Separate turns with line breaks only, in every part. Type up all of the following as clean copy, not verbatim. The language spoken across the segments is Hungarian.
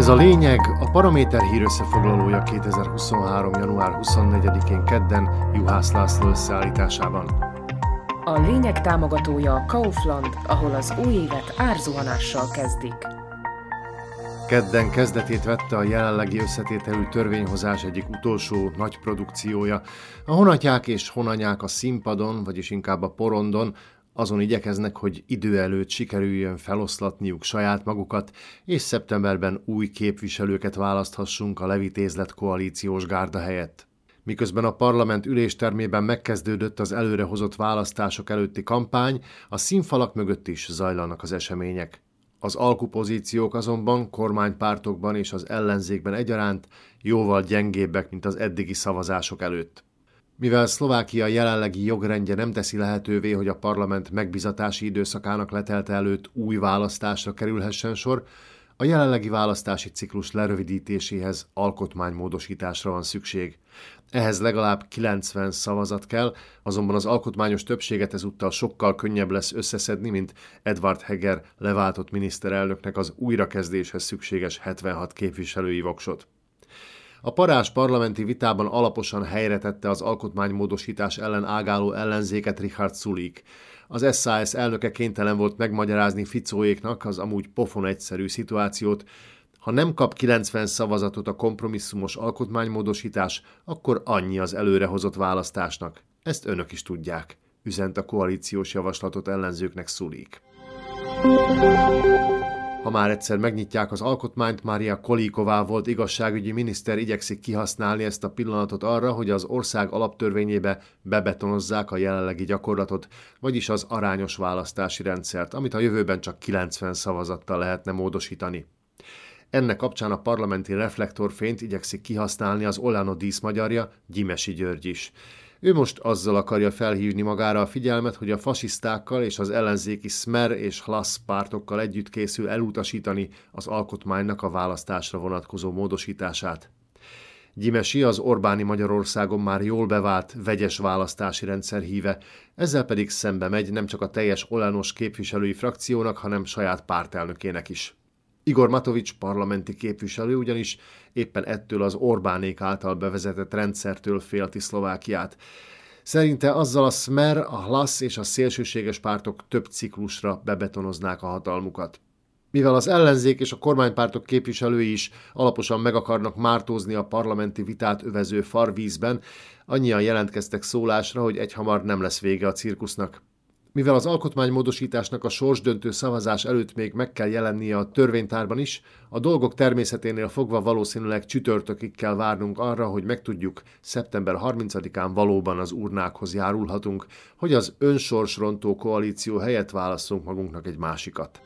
Ez a lényeg, a Paraméter hír összefoglalója 2023. január 24-én kedden Juhász László összeállításában.
A lényeg támogatója a Kaufland, ahol az új évet árzuhanással kezdik.
Kedden kezdetét vette a jelenlegi összetételű törvényhozás egyik utolsó nagy produkciója. A honatják és honanyák a színpadon, vagyis inkább a porondon, azon igyekeznek, hogy idő előtt sikerüljön feloszlatniuk saját magukat, és szeptemberben új képviselőket választhassunk a levitézlet koalíciós gárda helyett. Miközben a parlament üléstermében megkezdődött az előrehozott választások előtti kampány, a színfalak mögött is zajlanak az események. Az alkupozíciók azonban kormánypártokban és az ellenzékben egyaránt jóval gyengébbek, mint az eddigi szavazások előtt. Mivel Szlovákia jelenlegi jogrendje nem teszi lehetővé, hogy a parlament megbizatási időszakának letelte előtt új választásra kerülhessen sor, a jelenlegi választási ciklus lerövidítéséhez alkotmánymódosításra van szükség. Ehhez legalább 90 szavazat kell, azonban az alkotmányos többséget ezúttal sokkal könnyebb lesz összeszedni, mint Edvard Heger leváltott miniszterelnöknek az újrakezdéshez szükséges 76 képviselői voksot. A parás parlamenti vitában alaposan helyretette az alkotmánymódosítás ellen ágáló ellenzéket Richard Sulík. Az SZSZ elnöke kénytelen volt megmagyarázni Ficóéknak az amúgy pofon egyszerű szituációt: ha nem kap 90 szavazatot a kompromisszumos alkotmánymódosítás, akkor annyi az előrehozott választásnak. Ezt önök is tudják, üzent a koalíciós javaslatot ellenzőknek Sulík. Ha már egyszer megnyitják az alkotmányt, Mária Kolíková volt igazságügyi miniszter igyekszik kihasználni ezt a pillanatot arra, hogy az ország alaptörvényébe bebetonozzák a jelenlegi gyakorlatot, vagyis az arányos választási rendszert, amit a jövőben csak 90 szavazattal lehetne módosítani. Ennek kapcsán a parlamenti reflektorfényt igyekszik kihasználni az Olano díszmagyarja, Gyimesi György is. Ő most azzal akarja felhívni magára a figyelmet, hogy a fasisztákkal és az ellenzéki Smer és Hlas pártokkal együtt készül elutasítani az alkotmánynak a választásra vonatkozó módosítását. Gyimesi az Orbáni Magyarországon már jól bevált vegyes választási rendszer híve, ezzel pedig szembe megy nem csak a teljes Olanos képviselői frakciónak, hanem saját pártelnökének is. Igor Matovics parlamenti képviselő ugyanis éppen ettől az Orbánék által bevezetett rendszertől félti Szlovákiát. Szerinte azzal a Smer, a Hlas és a szélsőséges pártok több ciklusra bebetonoznák a hatalmukat. Mivel az ellenzék és a kormánypártok képviselői is alaposan meg akarnak mártózni a parlamenti vitát övező farvízben, annyian jelentkeztek szólásra, hogy egyhamar nem lesz vége a cirkusznak. Mivel az alkotmánymódosításnak a sorsdöntő szavazás előtt még meg kell jelennie a törvénytárban is, a dolgok természeténél fogva valószínűleg csütörtökig kell várnunk arra, hogy megtudjuk, szeptember 30-án valóban az urnákhoz járulhatunk, hogy az önsorsrontó koalíció helyett válasszunk magunknak egy másikat.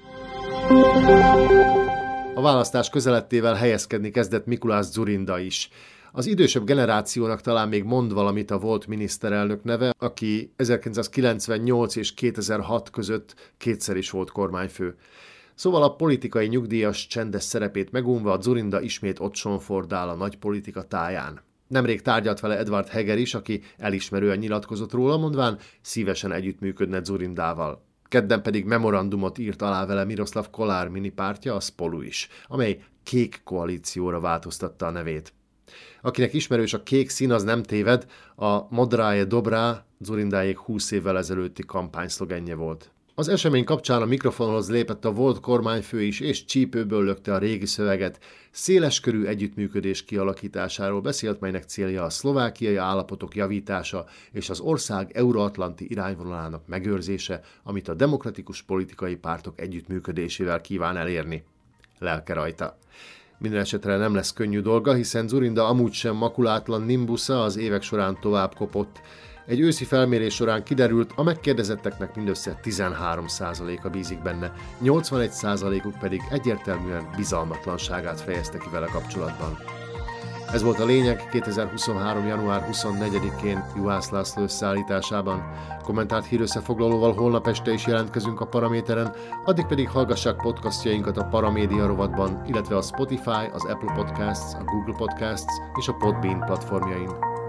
A választás közelettével helyezkedni kezdett Mikuláš Dzurinda is. Az idősebb generációnak talán még mond valamit a volt miniszterelnök neve, aki 1998 és 2006 között kétszer is volt kormányfő. Szóval a politikai nyugdíjas csendes szerepét megunva a Dzurinda ismét ott sonfordál a nagy politika táján. Nemrég tárgyalt vele Edvard Heger is, aki elismerően nyilatkozott róla, mondván szívesen együttműködne Dzurindával. Kedden pedig memorandumot írt alá vele Miroslav Kolár minipártja, a Spolu is, amely kék koalícióra változtatta a nevét. Akinek ismerős a kék szín, az nem téved, a Modrá je dobrá Dzurindáék 20 évvel ezelőtti kampányszlogenje volt. Az esemény kapcsán a mikrofonhoz lépett a volt kormányfő is, és csípőből lökte a régi szöveget. Széleskörű együttműködés kialakításáról beszélt, melynek célja a szlovákiai állapotok javítása és az ország euróatlanti irányvonalának megőrzése, amit a demokratikus politikai pártok együttműködésével kíván elérni. Lelke rajta. Minden esetre nem lesz könnyű dolga, hiszen Dzurinda amúgy sem makulátlan nimbusza az évek során tovább kopott. Egy őszi felmérés során kiderült, a megkérdezetteknek mindössze 13%-a bízik benne, 81%-uk pedig egyértelműen bizalmatlanságát fejezte ki vele kapcsolatban. Ez volt a lényeg 2023. január 24-én Juhász László összeállításában. Kommentált hírösszefoglalóval holnap este is jelentkezünk a Paraméteren, addig pedig hallgassák podcastjainkat a Paramédia rovatban, illetve a Spotify, az Apple Podcasts, a Google Podcasts és a Podbean platformjain.